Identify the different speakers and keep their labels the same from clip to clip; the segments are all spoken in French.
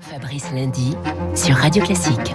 Speaker 1: Fabrice Lundi sur Radio Classique.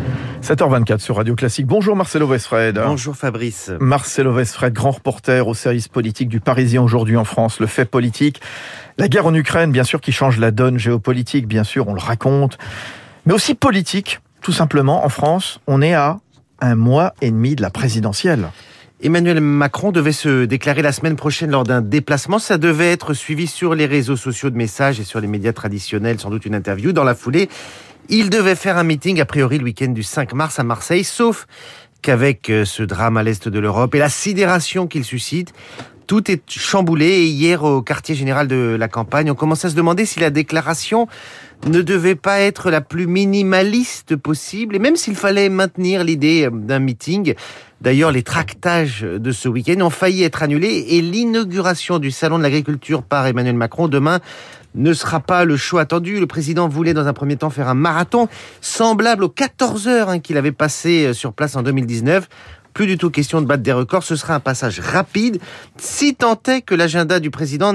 Speaker 2: 7h24 sur Radio Classique. Bonjour Marcelo Westfred.
Speaker 3: Bonjour Fabrice.
Speaker 2: Marcelo Westfred, grand reporter au service politique du Parisien aujourd'hui en France. Le fait politique, la guerre en Ukraine, bien sûr, qui change la donne géopolitique, bien sûr, on le raconte. Mais aussi politique, tout simplement, en France, on est à 1 mois et demi de la présidentielle.
Speaker 3: Emmanuel Macron devait se déclarer la semaine prochaine lors d'un déplacement. Ça devait être suivi sur les réseaux sociaux de messages et sur les médias traditionnels, sans doute une interview. Dans la foulée, il devait faire un meeting, a priori le week-end du 5 mars à Marseille, sauf qu'avec ce drame à l'est de l'Europe et la sidération qu'il suscite, tout est chamboulé. Et hier, au quartier général de la campagne, on commence à se demander si la déclaration ne devait pas être la plus minimaliste possible, et même s'il fallait maintenir l'idée d'un meeting. D'ailleurs, les tractages de ce week-end ont failli être annulés, et l'inauguration du Salon de l'Agriculture par Emmanuel Macron demain ne sera pas le show attendu. Le président voulait dans un premier temps faire un marathon semblable aux 14 heures qu'il avait passé sur place en 2019. Plus du tout question de battre des records, ce sera un passage rapide, si tant est que l'agenda du président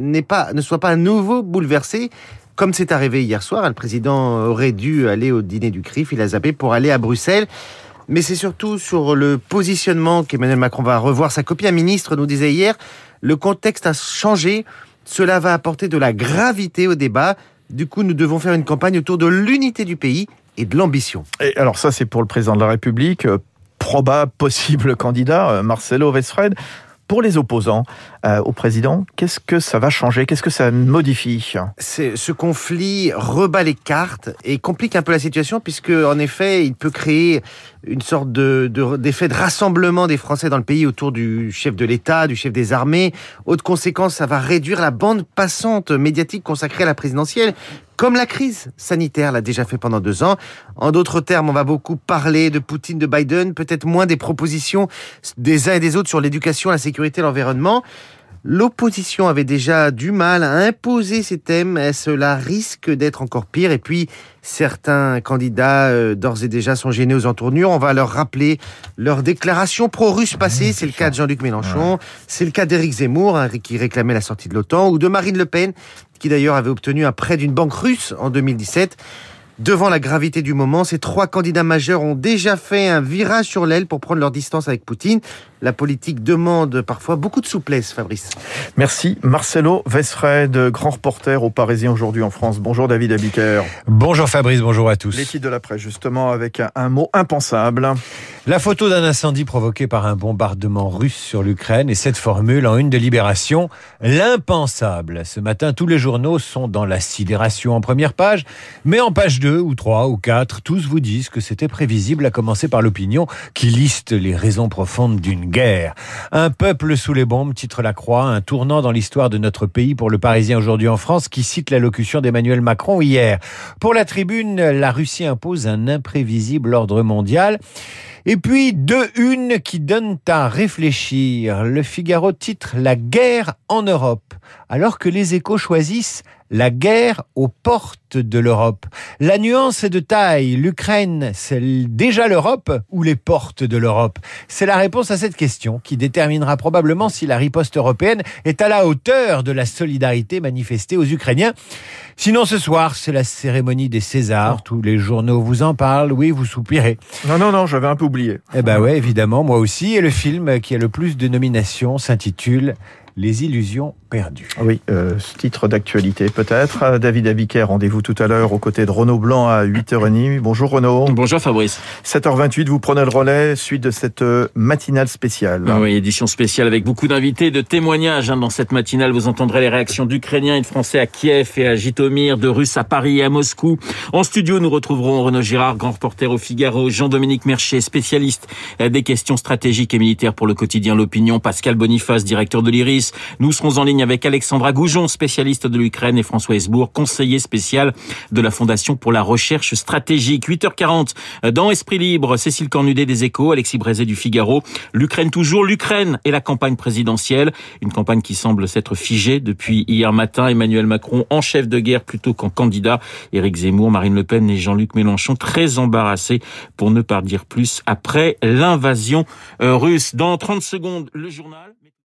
Speaker 3: ne soit pas à nouveau bouleversé. Comme c'est arrivé hier soir, le président aurait dû aller au dîner du CRIF, il a zappé pour aller à Bruxelles. Mais c'est surtout sur le positionnement qu'Emmanuel Macron va revoir sa copie. Un ministre nous disait hier, le contexte a changé, cela va apporter de la gravité au débat. Du coup, nous devons faire une campagne autour de l'unité du pays et de l'ambition.
Speaker 2: Et alors ça, c'est pour le président de la République, probable, possible candidat, Marcelo Westfred. Pour les opposants au président, qu'est-ce que ça va changer ? Qu'est-ce que ça modifie ?
Speaker 3: Ce conflit rebat les cartes et complique un peu la situation, puisque en effet, il peut créer une sorte d'effet de rassemblement des Français dans le pays autour du chef de l'État, du chef des armées. Autre conséquence, ça va réduire la bande passante médiatique consacrée à la présidentielle, comme la crise sanitaire l'a déjà fait pendant 2 ans. En d'autres termes, on va beaucoup parler de Poutine, de Biden, peut-être moins des propositions des uns et des autres sur l'éducation, la sécurité et l'environnement. L'opposition avait déjà du mal à imposer ces thèmes, et cela risque d'être encore pire. Et puis, certains candidats d'ores et déjà sont gênés aux entournures. On va leur rappeler leurs déclarations pro-russes passées. C'est le cas de Jean-Luc Mélenchon, c'est le cas d'Éric Zemmour, qui réclamait la sortie de l'OTAN, ou de Marine Le Pen, qui d'ailleurs avait obtenu un prêt d'une banque russe en 2017. Devant la gravité du moment, ces 3 candidats majeurs ont déjà fait un virage sur l'aile pour prendre leur distance avec Poutine. La politique demande parfois beaucoup de souplesse, Fabrice.
Speaker 2: Merci Marcelo Westfred, grand reporter au Parisien aujourd'hui en France. Bonjour David Abiker.
Speaker 4: Bonjour Fabrice, bonjour à tous.
Speaker 2: Les titres de la presse justement avec un mot impensable.
Speaker 4: La photo d'un incendie provoqué par un bombardement russe sur l'Ukraine et cette formule en une de Libération, l'impensable. Ce matin, tous les journaux sont dans la sidération en première page, mais en page 2 ou 3 ou 4, tous vous disent que c'était prévisible, à commencer par l'opinion qui liste les raisons profondes d'une guerre. Un peuple sous les bombes, titre La Croix, un tournant dans l'histoire de notre pays pour le Parisien aujourd'hui en France, qui cite l'allocution d'Emmanuel Macron hier. Pour la Tribune, la Russie impose un imprévisible ordre mondial. Et puis, 2 unes qui donnent à réfléchir. Le Figaro titre « La guerre en Europe », alors que les Échos choisissent « La guerre aux portes de l'Europe ». La nuance est de taille. L'Ukraine, c'est déjà l'Europe ou les portes de l'Europe ? C'est la réponse à cette question qui déterminera probablement si la riposte européenne est à la hauteur de la solidarité manifestée aux Ukrainiens. Sinon, ce soir, c'est la cérémonie des Césars. Tous les journaux vous en parlent. Oui, vous soupirez.
Speaker 2: Non, j'avais un peu oublié.
Speaker 4: Eh ben ouais, évidemment, moi aussi. Et le film qui a le plus de nominations s'intitule Les illusions perdues.
Speaker 2: Oui, ce titre d'actualité peut-être. David Abiker, rendez-vous tout à l'heure aux côtés de Renaud Blanc à 8h30. Bonjour Renaud.
Speaker 5: Bonjour Fabrice.
Speaker 2: 7h28, vous prenez le relais, suite de cette matinale spéciale.
Speaker 5: Oui, édition spéciale avec beaucoup d'invités, de témoignages. Dans cette matinale, vous entendrez les réactions d'Ukrainiens et de Français à Kiev et à Jitomir, de Russes à Paris et à Moscou. En studio, nous retrouverons Renaud Girard, grand reporter au Figaro, Jean-Dominique Mercier, spécialiste des questions stratégiques et militaires pour le quotidien L'Opinion, Pascal Boniface, directeur de l'IRIS. Nous serons en ligne avec Alexandra Goujon, spécialiste de l'Ukraine, et François Hesbourg, conseiller spécial de la Fondation pour la recherche stratégique. 8h40, dans Esprit Libre, Cécile Cornudet des Échos, Alexis Brézé du Figaro. L'Ukraine toujours, l'Ukraine et la campagne présidentielle. Une campagne qui semble s'être figée depuis hier matin. Emmanuel Macron en chef de guerre plutôt qu'en candidat. Éric Zemmour, Marine Le Pen et Jean-Luc Mélenchon très embarrassés, pour ne pas dire plus, après l'invasion russe. Dans 30 secondes, le journal.